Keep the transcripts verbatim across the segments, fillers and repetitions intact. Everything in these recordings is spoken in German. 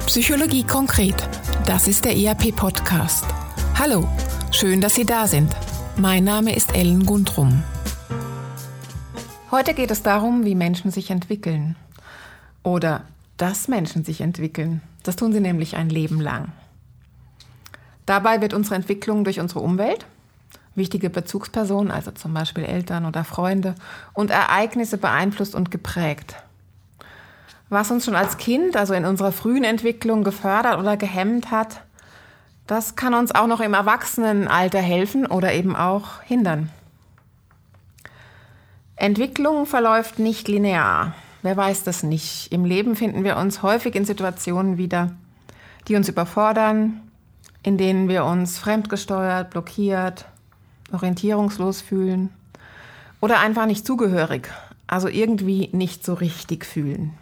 Psychologie konkret. Das ist der E A P-Podcast. Hallo, schön, dass Sie da sind. Mein Name ist Ellen Gundrum. Heute geht es darum, wie Menschen sich entwickeln. Oder dass Menschen sich entwickeln. Das tun sie nämlich ein Leben lang. Dabei wird unsere Entwicklung durch unsere Umwelt, wichtige Bezugspersonen, also zum Beispiel Eltern oder Freunde, und Ereignisse beeinflusst und geprägt. Was uns schon als Kind, also in unserer frühen Entwicklung, gefördert oder gehemmt hat, das kann uns auch noch im Erwachsenenalter helfen oder eben auch hindern. Entwicklung verläuft nicht linear. Wer weiß das nicht? Im Leben finden wir uns häufig in Situationen wieder, die uns überfordern, in denen wir uns fremdgesteuert, blockiert, orientierungslos fühlen oder einfach nicht zugehörig, also irgendwie nicht so richtig fühlen.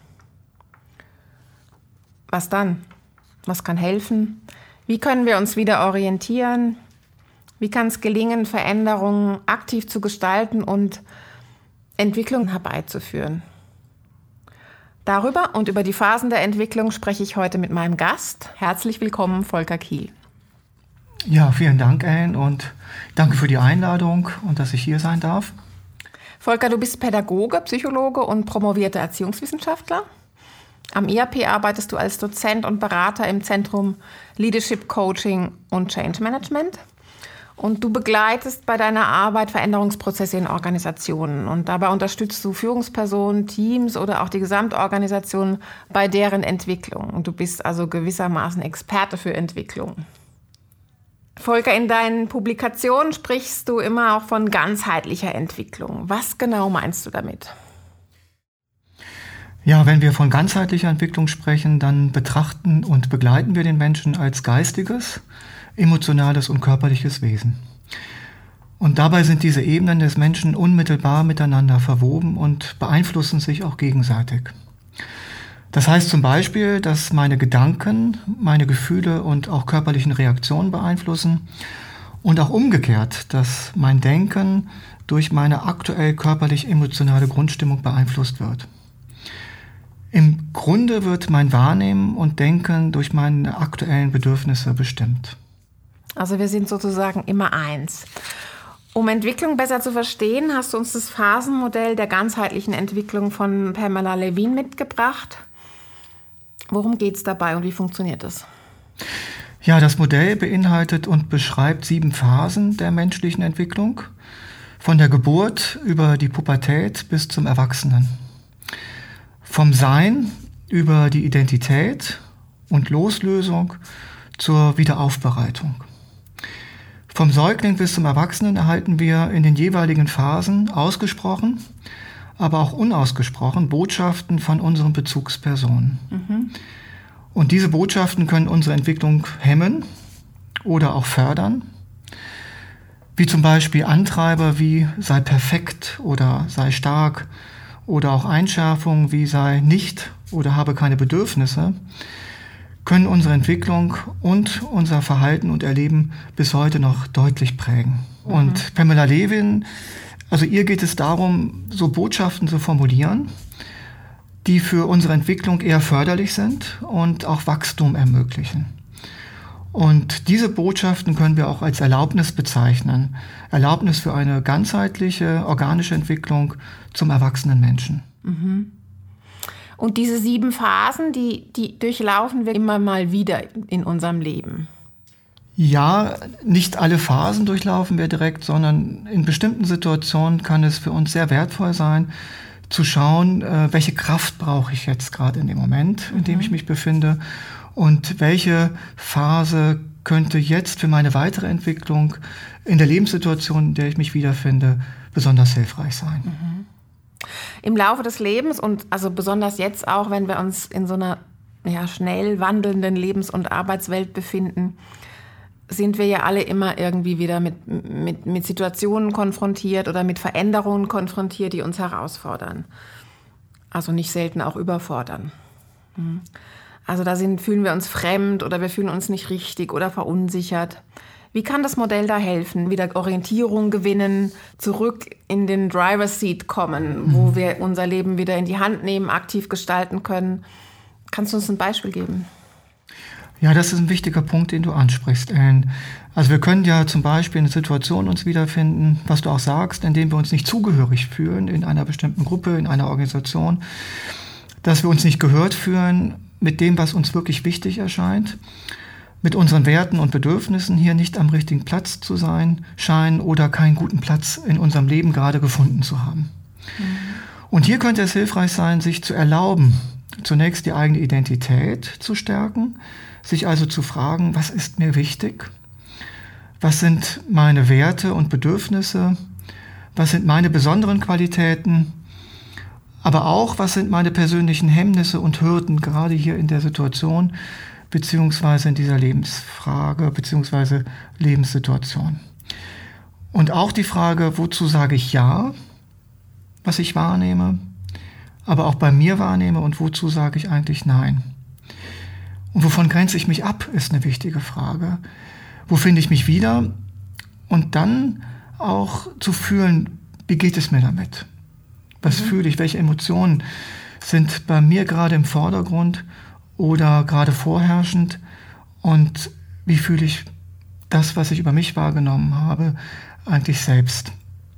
Was dann? Was kann helfen? Wie können wir uns wieder orientieren? Wie kann es gelingen, Veränderungen aktiv zu gestalten und Entwicklung herbeizuführen? Darüber und über die Phasen der Entwicklung spreche ich heute mit meinem Gast. Herzlich willkommen, Volker Kiel. Ja, vielen Dank, Ellen, und danke für die Einladung und dass ich hier sein darf. Volker, du bist Pädagoge, Psychologe und promovierter Erziehungswissenschaftler. Am E A P arbeitest du als Dozent und Berater im Zentrum Leadership Coaching und Change Management. Und du begleitest bei deiner Arbeit Veränderungsprozesse in Organisationen. Und dabei unterstützt du Führungspersonen, Teams oder auch die Gesamtorganisation bei deren Entwicklung. Und du bist also gewissermaßen Experte für Entwicklung. Volker, in deinen Publikationen sprichst du immer auch von ganzheitlicher Entwicklung. Was genau meinst du damit? Ja, wenn wir von ganzheitlicher Entwicklung sprechen, dann betrachten und begleiten wir den Menschen als geistiges, emotionales und körperliches Wesen. Und dabei sind diese Ebenen des Menschen unmittelbar miteinander verwoben und beeinflussen sich auch gegenseitig. Das heißt zum Beispiel, dass meine Gedanken, meine Gefühle und auch körperlichen Reaktionen beeinflussen und auch umgekehrt, dass mein Denken durch meine aktuell körperlich-emotionale Grundstimmung beeinflusst wird. Im Grunde wird mein Wahrnehmen und Denken durch meine aktuellen Bedürfnisse bestimmt. Also wir sind sozusagen immer eins. Um Entwicklung besser zu verstehen, hast du uns das Phasenmodell der ganzheitlichen Entwicklung von Pamela Levine mitgebracht. Worum geht es dabei und wie funktioniert es? Ja, das Modell beinhaltet und beschreibt sieben Phasen der menschlichen Entwicklung, von der Geburt über die Pubertät bis zum Erwachsenen. Vom Sein über die Identität und Loslösung zur Wiederaufbereitung. Vom Säugling bis zum Erwachsenen erhalten wir in den jeweiligen Phasen ausgesprochen, aber auch unausgesprochen Botschaften von unseren Bezugspersonen. Mhm. Und diese Botschaften können unsere Entwicklung hemmen oder auch fördern, wie zum Beispiel Antreiber wie sei perfekt oder sei stark, oder auch Einschärfungen wie sei nicht oder habe keine Bedürfnisse, können unsere Entwicklung und unser Verhalten und Erleben bis heute noch deutlich prägen. Mhm. Und Pamela Levine, also ihr geht es darum, so Botschaften zu formulieren, die für unsere Entwicklung eher förderlich sind und auch Wachstum ermöglichen. Und diese Botschaften können wir auch als Erlaubnis bezeichnen. Erlaubnis für eine ganzheitliche, organische Entwicklung zum erwachsenen Menschen. Mhm. Und diese sieben Phasen, die, die durchlaufen wir immer mal wieder in unserem Leben. Ja, nicht alle Phasen durchlaufen wir direkt, sondern in bestimmten Situationen kann es für uns sehr wertvoll sein, zu schauen, welche Kraft brauche ich jetzt gerade in dem Moment, in dem mhm. ich mich befinde. Und welche Phase könnte jetzt für meine weitere Entwicklung in der Lebenssituation, in der ich mich wiederfinde, besonders hilfreich sein? Mhm. Im Laufe des Lebens und also besonders jetzt auch, wenn wir uns in so einer ja, schnell wandelnden Lebens- und Arbeitswelt befinden, sind wir ja alle immer irgendwie wieder mit, mit, mit Situationen konfrontiert oder mit Veränderungen konfrontiert, die uns herausfordern. Also nicht selten auch überfordern. Mhm. Also da sind, fühlen wir uns fremd oder wir fühlen uns nicht richtig oder verunsichert. Wie kann das Modell da helfen? Wieder Orientierung gewinnen, zurück in den Driver's Seat kommen, wo wir unser Leben wieder in die Hand nehmen, aktiv gestalten können. Kannst du uns ein Beispiel geben? Ja, das ist ein wichtiger Punkt, den du ansprichst, Ellen. Also wir können ja zum Beispiel in einer Situation uns wiederfinden, was du auch sagst, in dem wir uns nicht zugehörig fühlen in einer bestimmten Gruppe, in einer Organisation, dass wir uns nicht gehört fühlen mit dem, was uns wirklich wichtig erscheint, mit unseren Werten und Bedürfnissen hier nicht am richtigen Platz zu sein scheinen oder keinen guten Platz in unserem Leben gerade gefunden zu haben. Mhm. Und hier könnte es hilfreich sein, sich zu erlauben, zunächst die eigene Identität zu stärken, sich also zu fragen, was ist mir wichtig? Was sind meine Werte und Bedürfnisse? Was sind meine besonderen Qualitäten? Aber auch, was sind meine persönlichen Hemmnisse und Hürden, gerade hier in der Situation, beziehungsweise in dieser Lebensfrage, beziehungsweise Lebenssituation. Und auch die Frage, wozu sage ich Ja, was ich wahrnehme, aber auch bei mir wahrnehme und wozu sage ich eigentlich Nein. Und wovon grenze ich mich ab, ist eine wichtige Frage. Wo finde ich mich wieder? Und dann auch zu fühlen, wie geht es mir damit? Was mhm. fühle ich? Welche Emotionen sind bei mir gerade im Vordergrund oder gerade vorherrschend? Und wie fühle ich das, was ich über mich wahrgenommen habe, eigentlich selbst?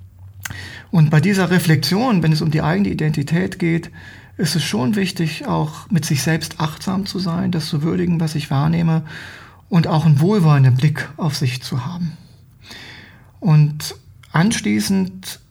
Und bei dieser Reflexion, wenn es um die eigene Identität geht, ist es schon wichtig, auch mit sich selbst achtsam zu sein, das zu würdigen, was ich wahrnehme und auch einen wohlwollenden Blick auf sich zu haben. Und anschließend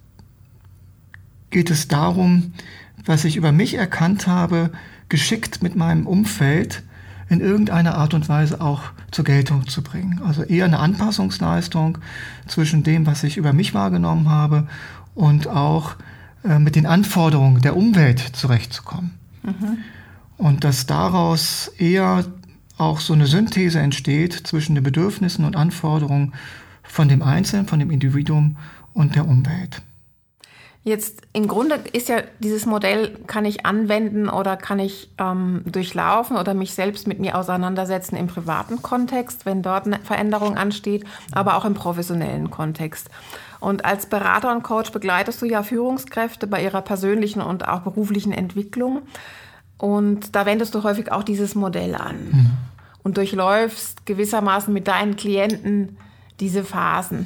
geht es darum, was ich über mich erkannt habe, geschickt mit meinem Umfeld in irgendeiner Art und Weise auch zur Geltung zu bringen. Also eher eine Anpassungsleistung zwischen dem, was ich über mich wahrgenommen habe und auch äh, mit den Anforderungen der Umwelt zurechtzukommen. Mhm. Und dass daraus eher auch so eine Synthese entsteht zwischen den Bedürfnissen und Anforderungen von dem Einzelnen, von dem Individuum und der Umwelt. Jetzt im Grunde ist ja dieses Modell, kann ich anwenden oder kann ich ähm, durchlaufen oder mich selbst mit mir auseinandersetzen im privaten Kontext, wenn dort eine Veränderung ansteht, aber auch im professionellen Kontext. Und als Berater und Coach begleitest du ja Führungskräfte bei ihrer persönlichen und auch beruflichen Entwicklung. Und da wendest du häufig auch dieses Modell an mhm. und durchläufst gewissermaßen mit deinen Klienten diese Phasen.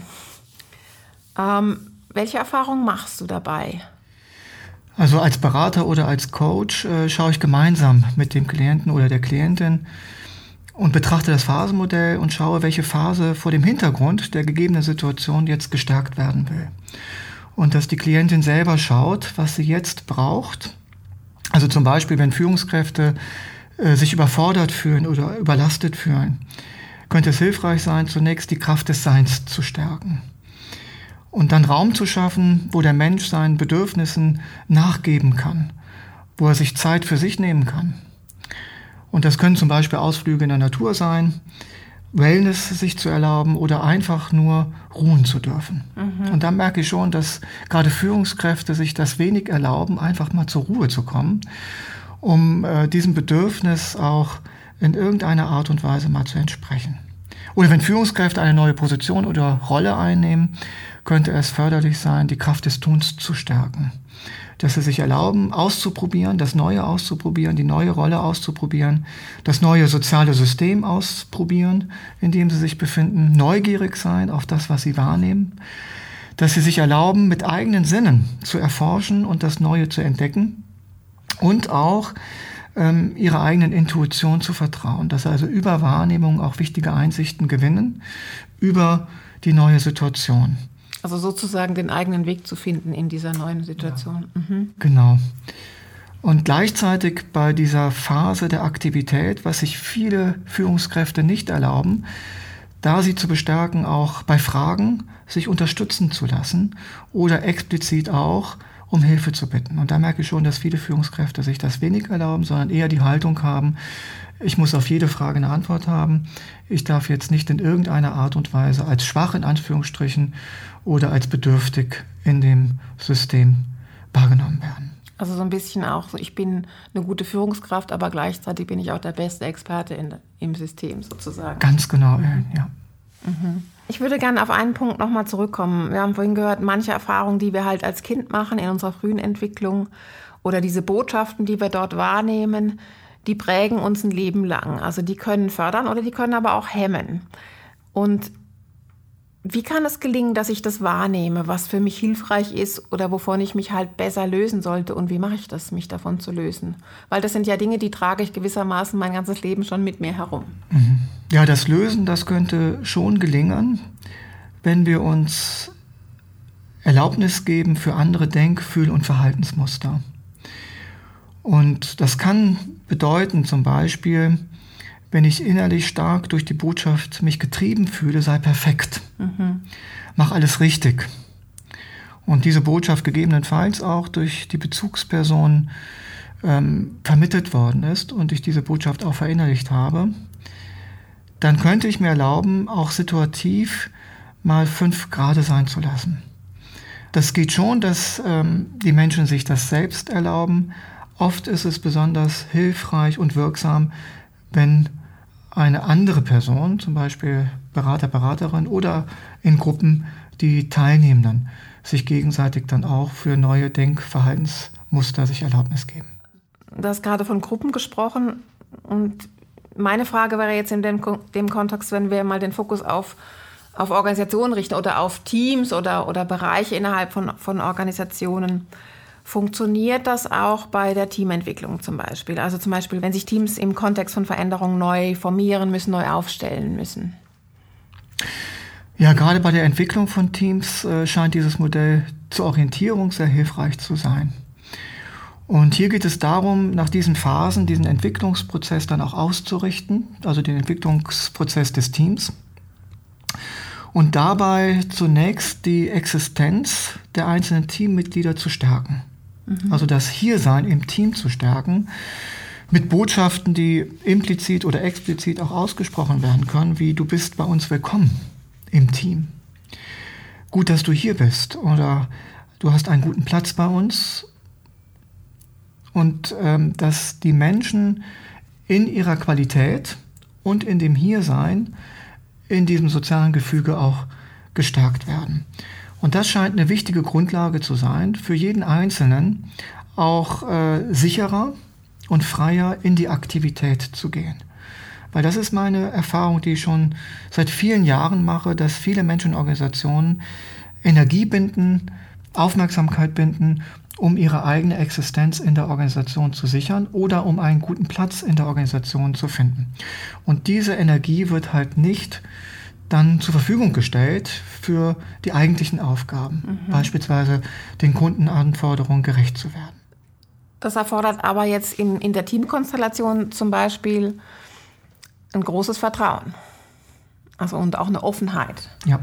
Ähm, Welche Erfahrungen machst du dabei? Also als Berater oder als Coach äh, schaue ich gemeinsam mit dem Klienten oder der Klientin und betrachte das Phasenmodell und schaue, welche Phase vor dem Hintergrund der gegebenen Situation jetzt gestärkt werden will. Und dass die Klientin selber schaut, was sie jetzt braucht. Also zum Beispiel, wenn Führungskräfte äh, sich überfordert fühlen oder überlastet fühlen, könnte es hilfreich sein, zunächst die Kraft des Seins zu stärken. Und dann Raum zu schaffen, wo der Mensch seinen Bedürfnissen nachgeben kann, wo er sich Zeit für sich nehmen kann. Und das können zum Beispiel Ausflüge in der Natur sein, Wellness sich zu erlauben oder einfach nur ruhen zu dürfen. Mhm. Und dann merke ich schon, dass gerade Führungskräfte sich das wenig erlauben, einfach mal zur Ruhe zu kommen, um äh, diesem Bedürfnis auch in irgendeiner Art und Weise mal zu entsprechen. Oder wenn Führungskräfte eine neue Position oder Rolle einnehmen, könnte es förderlich sein, die Kraft des Tuns zu stärken. Dass sie sich erlauben, auszuprobieren, das Neue auszuprobieren, die neue Rolle auszuprobieren, das neue soziale System ausprobieren, in dem sie sich befinden, neugierig sein auf das, was sie wahrnehmen. Dass sie sich erlauben, mit eigenen Sinnen zu erforschen und das Neue zu entdecken und auch ähm, ihrer eigenen Intuition zu vertrauen. Dass sie also über Wahrnehmung auch wichtige Einsichten gewinnen, über die neue Situation. Also sozusagen den eigenen Weg zu finden in dieser neuen Situation. Ja. Mhm. Genau. Und gleichzeitig bei dieser Phase der Aktivität, was sich viele Führungskräfte nicht erlauben, da sie zu bestärken, auch bei Fragen sich unterstützen zu lassen oder explizit auch um Hilfe zu bitten. Und da merke ich schon, dass viele Führungskräfte sich das wenig erlauben, sondern eher die Haltung haben, ich muss auf jede Frage eine Antwort haben. Ich darf jetzt nicht in irgendeiner Art und Weise als schwach in Anführungsstrichen oder als bedürftig in dem System wahrgenommen werden. Also so ein bisschen auch so, ich bin eine gute Führungskraft, aber gleichzeitig bin ich auch der beste Experte in, im System sozusagen. Ganz genau, ja. Mhm. Ich würde gerne auf einen Punkt nochmal zurückkommen. Wir haben vorhin gehört, manche Erfahrungen, die wir halt als Kind machen in unserer frühen Entwicklung oder diese Botschaften, die wir dort wahrnehmen, die prägen uns ein Leben lang. Also die können fördern oder die können aber auch hemmen. Und wie kann es gelingen, dass ich das wahrnehme, was für mich hilfreich ist oder wovon ich mich halt besser lösen sollte? Und wie mache ich das, mich davon zu lösen? Weil das sind ja Dinge, die trage ich gewissermaßen mein ganzes Leben schon mit mir herum. Ja, das Lösen, das könnte schon gelingen, wenn wir uns Erlaubnis geben für andere Denk-, Fühl- und Verhaltensmuster. Und das kann bedeuten zum Beispiel, wenn ich innerlich stark durch die Botschaft mich getrieben fühle, sei perfekt. Mhm. Mach alles richtig. Und diese Botschaft gegebenenfalls auch durch die Bezugsperson ähm, vermittelt worden ist und ich diese Botschaft auch verinnerlicht habe, dann könnte ich mir erlauben, auch situativ mal fünf Grade sein zu lassen. Das geht schon, dass ähm, die Menschen sich das selbst erlauben. Oft ist es besonders hilfreich und wirksam, wenn eine andere Person, zum Beispiel Berater, Beraterin oder in Gruppen die Teilnehmenden, sich gegenseitig dann auch für neue Denkverhaltensmuster sich Erlaubnis geben. Du hast gerade von Gruppen gesprochen und meine Frage wäre jetzt in dem, dem Kontext, wenn wir mal den Fokus auf, auf Organisationen richten oder auf Teams oder, oder Bereiche innerhalb von, von Organisationen. Funktioniert das auch bei der Teamentwicklung zum Beispiel? Also zum Beispiel, wenn sich Teams im Kontext von Veränderungen neu formieren müssen, neu aufstellen müssen? Ja, gerade bei der Entwicklung von Teams äh, scheint dieses Modell zur Orientierung sehr hilfreich zu sein. Und hier geht es darum, nach diesen Phasen diesen Entwicklungsprozess dann auch auszurichten, also den Entwicklungsprozess des Teams. Und dabei zunächst die Existenz der einzelnen Teammitglieder zu stärken. Mhm. Also das Hiersein im Team zu stärken, mit Botschaften, die implizit oder explizit auch ausgesprochen werden können, wie du bist bei uns willkommen im Team. Gut, dass du hier bist oder du hast einen guten Platz bei uns. Und ähm, dass die Menschen in ihrer Qualität und in dem Hiersein in diesem sozialen Gefüge auch gestärkt werden. Und das scheint eine wichtige Grundlage zu sein, für jeden Einzelnen auch äh, sicherer und freier in die Aktivität zu gehen. Weil das ist meine Erfahrung, die ich schon seit vielen Jahren mache, dass viele Menschen und Organisationen Energie binden, Aufmerksamkeit binden, um ihre eigene Existenz in der Organisation zu sichern oder um einen guten Platz in der Organisation zu finden. Und diese Energie wird halt nicht dann zur Verfügung gestellt für die eigentlichen Aufgaben, mhm. beispielsweise den Kundenanforderungen gerecht zu werden. Das erfordert aber jetzt in, in der Teamkonstellation zum Beispiel ein großes Vertrauen, also und auch eine Offenheit. Ja.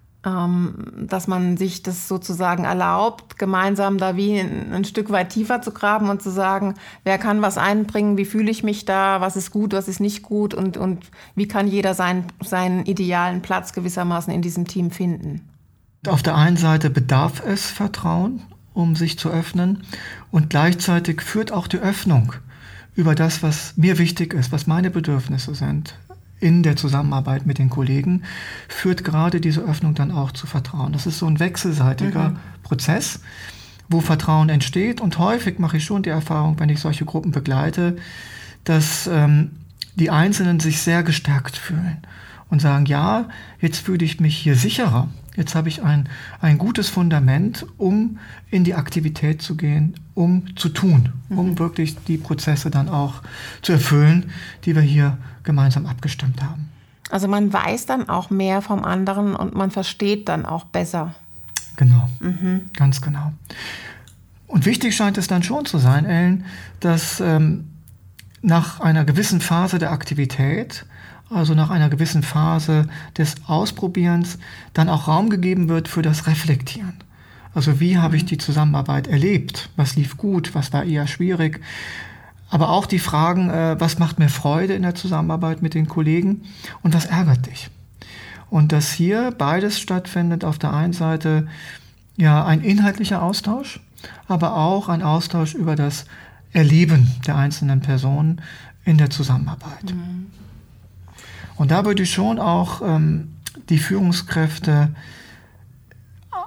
Dass man sich das sozusagen erlaubt, gemeinsam da wie ein, ein Stück weit tiefer zu graben und zu sagen, wer kann was einbringen, wie fühle ich mich da, was ist gut, was ist nicht gut und, und wie kann jeder sein, seinen idealen Platz gewissermaßen in diesem Team finden. Auf der einen Seite bedarf es Vertrauen, um sich zu öffnen, und gleichzeitig führt auch die Öffnung über das, was mir wichtig ist, was meine Bedürfnisse sind, in der Zusammenarbeit mit den Kollegen, führt gerade diese Öffnung dann auch zu Vertrauen. Das ist so ein wechselseitiger mhm. Prozess, wo Vertrauen entsteht. Und häufig mache ich schon die Erfahrung, wenn ich solche Gruppen begleite, dass ähm, die Einzelnen sich sehr gestärkt fühlen und sagen, ja, jetzt fühle ich mich hier sicherer. Jetzt habe ich ein, ein gutes Fundament, um in die Aktivität zu gehen, um zu tun, um mhm. wirklich die Prozesse dann auch zu erfüllen, die wir hier gemeinsam abgestimmt haben. Also man weiß dann auch mehr vom anderen und man versteht dann auch besser. Genau, mhm. ganz genau. Und wichtig scheint es dann schon zu sein, Ellen, dass ähm, nach einer gewissen Phase der Aktivität, also nach einer gewissen Phase des Ausprobierens, dann auch Raum gegeben wird für das Reflektieren. Also wie habe ich die Zusammenarbeit erlebt? Was lief gut? Was war eher schwierig? Aber auch die Fragen, äh, was macht mir Freude in der Zusammenarbeit mit den Kollegen und was ärgert dich? Und dass hier beides stattfindet, auf der einen Seite ja ein inhaltlicher Austausch, aber auch ein Austausch über das Erleben der einzelnen Personen in der Zusammenarbeit. Mhm. Und da würde ich schon auch ähm, die Führungskräfte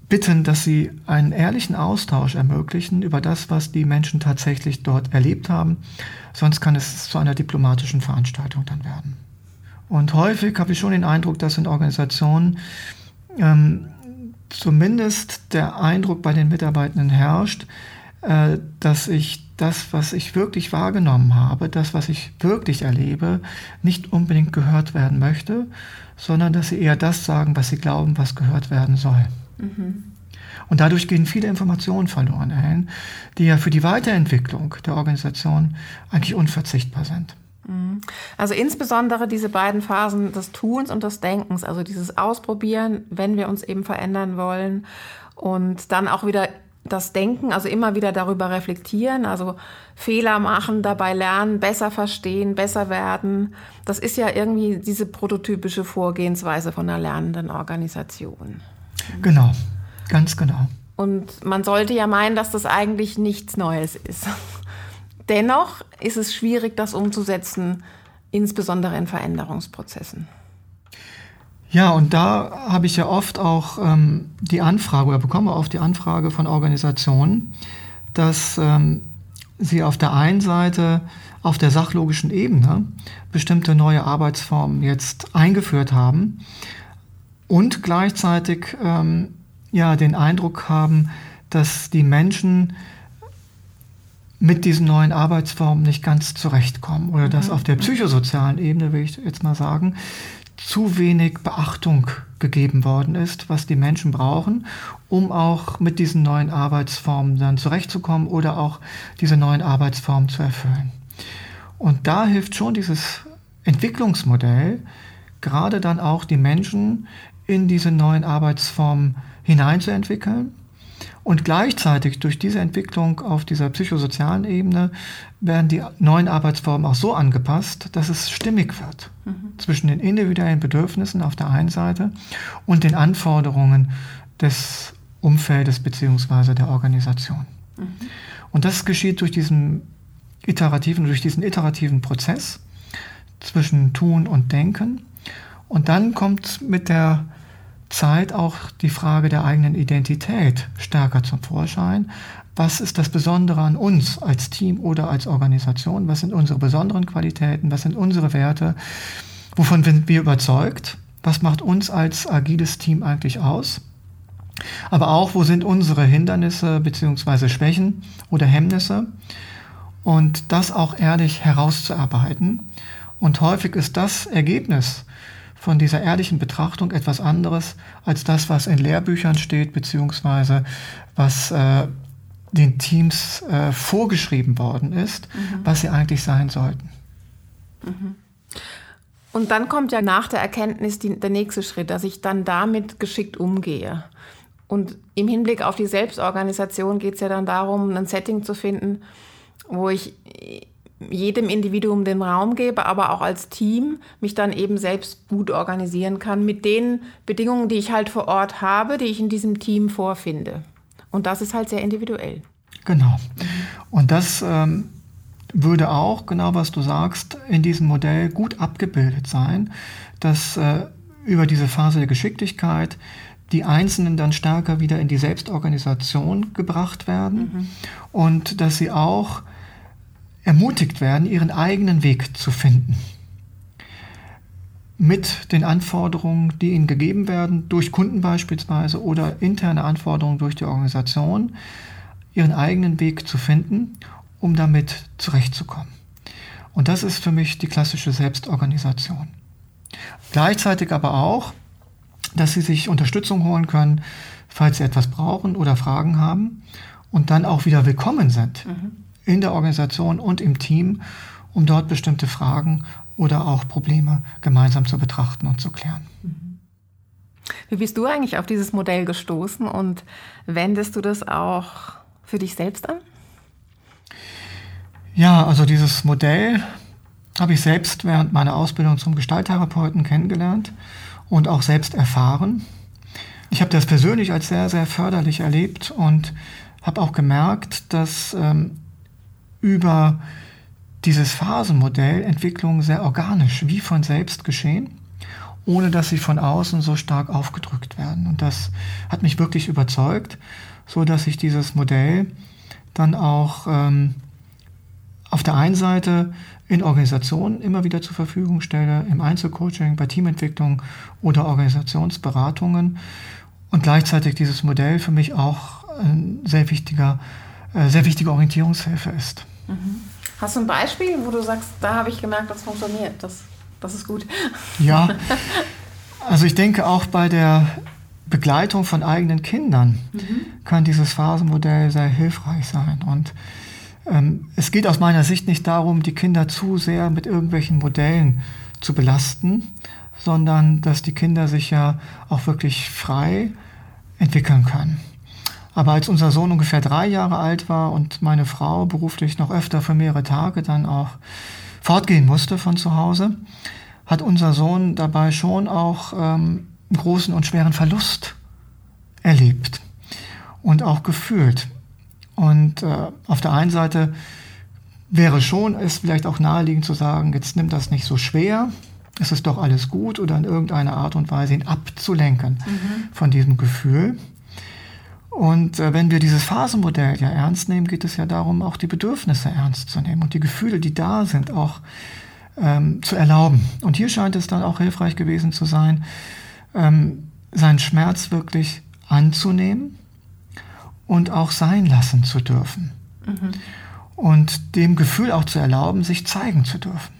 bitten, dass sie einen ehrlichen Austausch ermöglichen über das, was die Menschen tatsächlich dort erlebt haben. Sonst kann es zu einer diplomatischen Veranstaltung dann werden. Und häufig habe ich schon den Eindruck, dass in Organisationen ähm, zumindest der Eindruck bei den Mitarbeitenden herrscht, äh, dass ich das, was ich wirklich wahrgenommen habe, das, was ich wirklich erlebe, nicht unbedingt gehört werden möchte, sondern dass sie eher das sagen, was sie glauben, was gehört werden soll. Mhm. Und dadurch gehen viele Informationen verloren, Ellen, die ja für die Weiterentwicklung der Organisation eigentlich unverzichtbar sind. Also insbesondere diese beiden Phasen des Tuns und des Denkens, also dieses Ausprobieren, wenn wir uns eben verändern wollen, und dann auch wieder das Denken, also immer wieder darüber reflektieren, also Fehler machen, dabei lernen, besser verstehen, besser werden. Das ist ja irgendwie diese prototypische Vorgehensweise von einer lernenden Organisation. Genau, ganz genau. Und man sollte ja meinen, dass das eigentlich nichts Neues ist. Dennoch ist es schwierig, das umzusetzen, insbesondere in Veränderungsprozessen. Ja, und da habe ich ja oft auch ähm, die Anfrage oder bekomme oft die Anfrage von Organisationen, dass ähm, sie auf der einen Seite auf der sachlogischen Ebene bestimmte neue Arbeitsformen jetzt eingeführt haben und gleichzeitig ähm, ja, den Eindruck haben, dass die Menschen mit diesen neuen Arbeitsformen nicht ganz zurechtkommen oder dass auf der psychosozialen Ebene, will ich jetzt mal sagen, zu wenig Beachtung gegeben worden ist, was die Menschen brauchen, um auch mit diesen neuen Arbeitsformen dann zurechtzukommen oder auch diese neuen Arbeitsformen zu erfüllen. Und da hilft schon dieses Entwicklungsmodell, gerade dann auch die Menschen in diese neuen Arbeitsformen hineinzuentwickeln. Und gleichzeitig durch diese Entwicklung auf dieser psychosozialen Ebene werden die neuen Arbeitsformen auch so angepasst, dass es stimmig wird mhm. zwischen den individuellen Bedürfnissen auf der einen Seite und den Anforderungen des Umfeldes bzw. der Organisation. Mhm. Und das geschieht durch diesen iterativen, durch diesen iterativen Prozess zwischen Tun und Denken. Und dann kommt mit der Zeit auch die Frage der eigenen Identität stärker zum Vorschein. Was ist das Besondere an uns als Team oder als Organisation? Was sind unsere besonderen Qualitäten? Was sind unsere Werte? Wovon sind wir überzeugt? Was macht uns als agiles Team eigentlich aus? Aber auch, wo sind unsere Hindernisse bzw. Schwächen oder Hemmnisse? Und das auch ehrlich herauszuarbeiten. Und häufig ist das Ergebnis von dieser ehrlichen Betrachtung etwas anderes als das, was in Lehrbüchern steht, beziehungsweise was äh, den Teams äh, vorgeschrieben worden ist, mhm. was sie eigentlich sein sollten. Mhm. Und dann kommt ja nach der Erkenntnis die, der nächste Schritt, dass ich dann damit geschickt umgehe. Und im Hinblick auf die Selbstorganisation geht es ja dann darum, ein Setting zu finden, wo ich jedem Individuum den Raum gebe, aber auch als Team mich dann eben selbst gut organisieren kann mit den Bedingungen, die ich halt vor Ort habe, die ich in diesem Team vorfinde. Und das ist halt sehr individuell. Genau. Und das ähm, würde auch, genau was du sagst, in diesem Modell gut abgebildet sein, dass äh, über diese Phase der Geschicklichkeit die Einzelnen dann stärker wieder in die Selbstorganisation gebracht werden mhm. und dass sie auch ermutigt werden, ihren eigenen Weg zu finden. Mit den Anforderungen, die ihnen gegeben werden, durch Kunden beispielsweise oder interne Anforderungen durch die Organisation, ihren eigenen Weg zu finden, um damit zurechtzukommen. Und das ist für mich die klassische Selbstorganisation. Gleichzeitig aber auch, dass sie sich Unterstützung holen können, falls sie etwas brauchen oder Fragen haben und dann auch wieder willkommen sind. Mhm. in der Organisation und im Team, um dort bestimmte Fragen oder auch Probleme gemeinsam zu betrachten und zu klären. Wie bist du eigentlich auf dieses Modell gestoßen und wendest du das auch für dich selbst an? Ja, also dieses Modell habe ich selbst während meiner Ausbildung zum Gestalttherapeuten kennengelernt und auch selbst erfahren. Ich habe das persönlich als sehr, sehr förderlich erlebt und habe auch gemerkt, dass ähm, über dieses Phasenmodell Entwicklungen sehr organisch wie von selbst geschehen ohne dass sie von außen so stark aufgedrückt werden. Und das hat mich wirklich überzeugt, so dass ich dieses Modell dann auch ähm, auf der einen Seite in Organisationen immer wieder zur Verfügung stelle, im Einzelcoaching, bei Teamentwicklung oder Organisationsberatungen und gleichzeitig dieses Modell für mich auch ein sehr wichtiger, äh, sehr wichtige Orientierungshilfe ist. Mhm. Hast du ein Beispiel, wo du sagst, da habe ich gemerkt, das funktioniert, das, das ist gut? Ja, also ich denke auch bei der Begleitung von eigenen Kindern mhm. kann dieses Phasenmodell sehr hilfreich sein. Und ähm, es geht aus meiner Sicht nicht darum, die Kinder zu sehr mit irgendwelchen Modellen zu belasten, sondern dass die Kinder sich ja auch wirklich frei entwickeln können. Aber als unser Sohn ungefähr drei Jahre alt war und meine Frau beruflich noch öfter für mehrere Tage dann auch fortgehen musste von zu Hause, hat unser Sohn dabei schon auch ähm, einen großen und schweren Verlust erlebt und auch gefühlt. Und äh, auf der einen Seite wäre schon es vielleicht auch naheliegend zu sagen, jetzt nimm das nicht so schwer, es ist doch alles gut, oder in irgendeiner Art und Weise ihn abzulenken mhm. von diesem Gefühl. Und äh, wenn wir dieses Phasenmodell ja ernst nehmen, geht es ja darum, auch die Bedürfnisse ernst zu nehmen und die Gefühle, die da sind, auch ähm, zu erlauben. Und hier scheint es dann auch hilfreich gewesen zu sein, ähm, seinen Schmerz wirklich anzunehmen und auch sein lassen zu dürfen. Mhm. Und dem Gefühl auch zu erlauben, sich zeigen zu dürfen.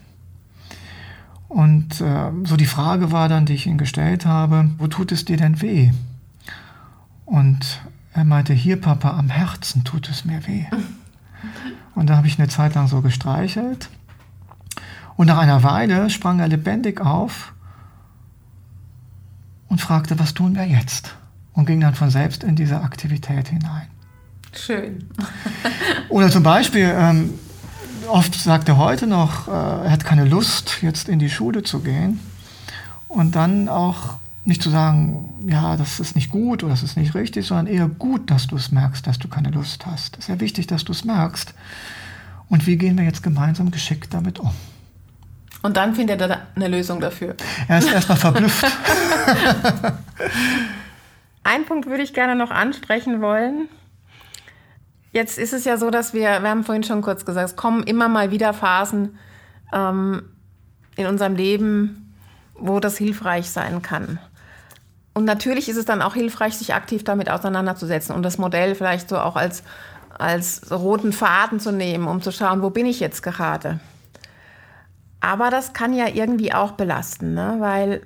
Und äh, so die Frage war dann, die ich ihm gestellt habe, wo tut es dir denn weh? Und er meinte, hier Papa, am Herzen tut es mir weh. Und da habe ich eine Zeit lang so gestreichelt. Und nach einer Weile sprang er lebendig auf und fragte, was tun wir jetzt? Und ging dann von selbst in diese Aktivität hinein. Schön. Oder zum Beispiel, ähm, oft sagt er heute noch, äh, er hat keine Lust, jetzt in die Schule zu gehen. Und dann auch nicht zu sagen, ja, das ist nicht gut oder das ist nicht richtig, sondern eher gut, dass du es merkst, dass du keine Lust hast. Es ist ja wichtig, dass du es merkst. Und wie gehen wir jetzt gemeinsam geschickt damit um? Und dann findet er eine Lösung dafür. Er ist erstmal verblüfft. Einen Punkt würde ich gerne noch ansprechen wollen. Jetzt ist es ja so, dass wir, wir haben vorhin schon kurz gesagt, es kommen immer mal wieder Phasen ähm, in unserem Leben, wo das hilfreich sein kann. Und natürlich ist es dann auch hilfreich, sich aktiv damit auseinanderzusetzen und das Modell vielleicht so auch als, als roten Faden zu nehmen, um zu schauen, wo bin ich jetzt gerade. Aber das kann ja irgendwie auch belasten, ne? Weil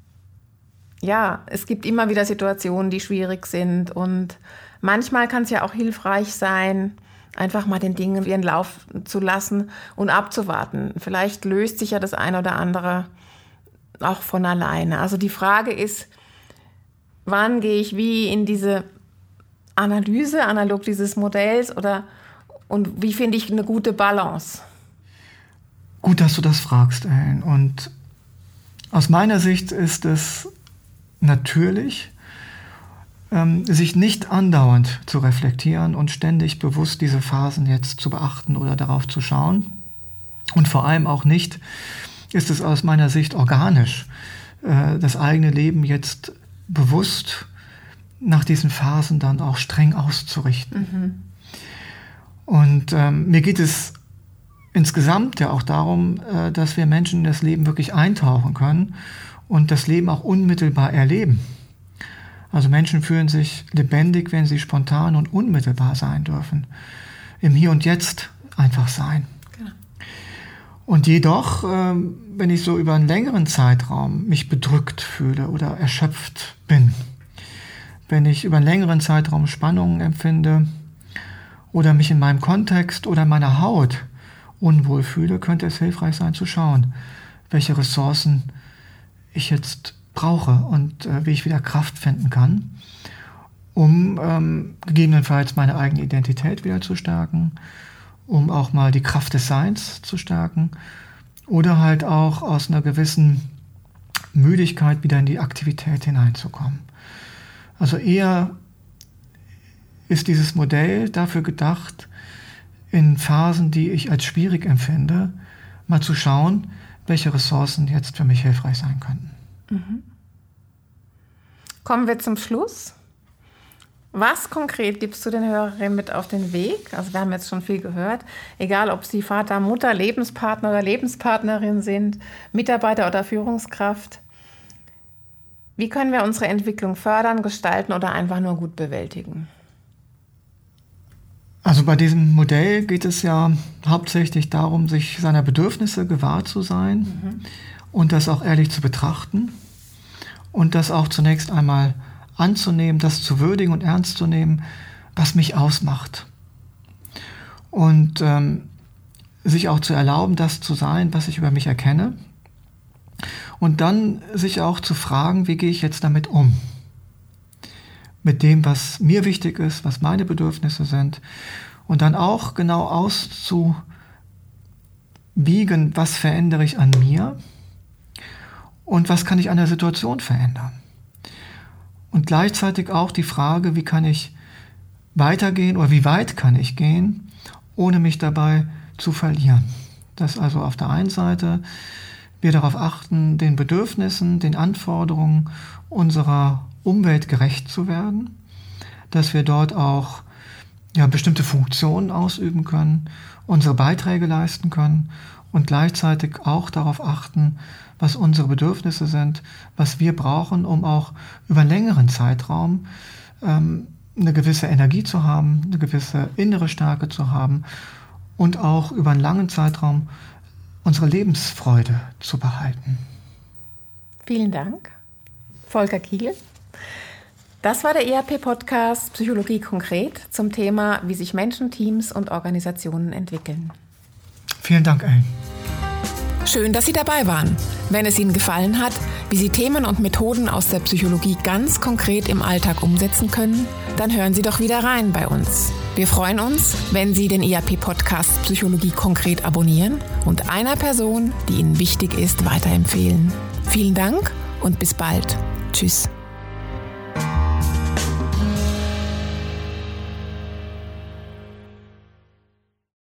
ja, es gibt immer wieder Situationen, die schwierig sind, und manchmal kann es ja auch hilfreich sein, einfach mal den Dingen ihren Lauf zu lassen und abzuwarten. Vielleicht löst sich ja das eine oder andere auch von alleine. Also die Frage ist, wann gehe ich wie in diese Analyse, analog dieses Modells, oder und wie finde ich eine gute Balance? Gut, dass du das fragst, Ellen. Und aus meiner Sicht ist es natürlich, ähm, sich nicht andauernd zu reflektieren und ständig bewusst diese Phasen jetzt zu beachten oder darauf zu schauen. Und vor allem auch nicht ist es aus meiner Sicht organisch, äh, das eigene Leben jetzt bewusst nach diesen Phasen dann auch streng auszurichten. Mhm. Und ähm, mir geht es insgesamt ja auch darum, äh, dass wir Menschen in das Leben wirklich eintauchen können und das Leben auch unmittelbar erleben. Also Menschen fühlen sich lebendig, wenn sie spontan und unmittelbar sein dürfen. Im Hier und Jetzt einfach sein. Genau. Und jedoch, ähm, wenn ich so über einen längeren Zeitraum mich bedrückt fühle oder erschöpft bin, wenn ich über einen längeren Zeitraum Spannungen empfinde oder mich in meinem Kontext oder in meiner Haut unwohl fühle, könnte es hilfreich sein zu schauen, welche Ressourcen ich jetzt brauche und äh, wie ich wieder Kraft finden kann, um ähm, gegebenenfalls meine eigene Identität wieder zu stärken, um auch mal die Kraft des Seins zu stärken oder halt auch aus einer gewissen Müdigkeit wieder in die Aktivität hineinzukommen. Also eher ist dieses Modell dafür gedacht, in Phasen, die ich als schwierig empfinde, mal zu schauen, welche Ressourcen jetzt für mich hilfreich sein könnten. Mhm. Kommen wir zum Schluss. Was konkret gibst du den Hörerinnen mit auf den Weg? Also wir haben jetzt schon viel gehört. Egal, ob sie Vater, Mutter, Lebenspartner oder Lebenspartnerin sind, Mitarbeiter oder Führungskraft. Wie können wir unsere Entwicklung fördern, gestalten oder einfach nur gut bewältigen? Also bei diesem Modell geht es ja hauptsächlich darum, sich seiner Bedürfnisse gewahr zu sein mhm. und das auch ehrlich zu betrachten und das auch zunächst einmal anzunehmen, das zu würdigen und ernst zu nehmen, was mich ausmacht. Und ähm, sich auch zu erlauben, das zu sein, was ich über mich erkenne. Und dann sich auch zu fragen, wie gehe ich jetzt damit um? Mit dem, was mir wichtig ist, was meine Bedürfnisse sind. Und dann auch genau auszuwiegen, was verändere ich an mir und was kann ich an der Situation verändern. Und gleichzeitig auch die Frage, wie kann ich weitergehen oder wie weit kann ich gehen, ohne mich dabei zu verlieren. Dass also auf der einen Seite wir darauf achten, den Bedürfnissen, den Anforderungen unserer Umwelt gerecht zu werden, dass wir dort auch ja, bestimmte Funktionen ausüben können, unsere Beiträge leisten können und gleichzeitig auch darauf achten, was unsere Bedürfnisse sind, was wir brauchen, um auch über einen längeren Zeitraum ähm, eine gewisse Energie zu haben, eine gewisse innere Stärke zu haben und auch über einen langen Zeitraum unsere Lebensfreude zu behalten. Vielen Dank, Volker Kiel. Das war der E R P-Podcast Psychologie konkret zum Thema, wie sich Menschen, Teams und Organisationen entwickeln. Vielen Dank, Ellen. Schön, dass Sie dabei waren. Wenn es Ihnen gefallen hat, wie Sie Themen und Methoden aus der Psychologie ganz konkret im Alltag umsetzen können, dann hören Sie doch wieder rein bei uns. Wir freuen uns, wenn Sie den E R P-Podcast Psychologie konkret abonnieren und einer Person, die Ihnen wichtig ist, weiterempfehlen. Vielen Dank und bis bald. Tschüss.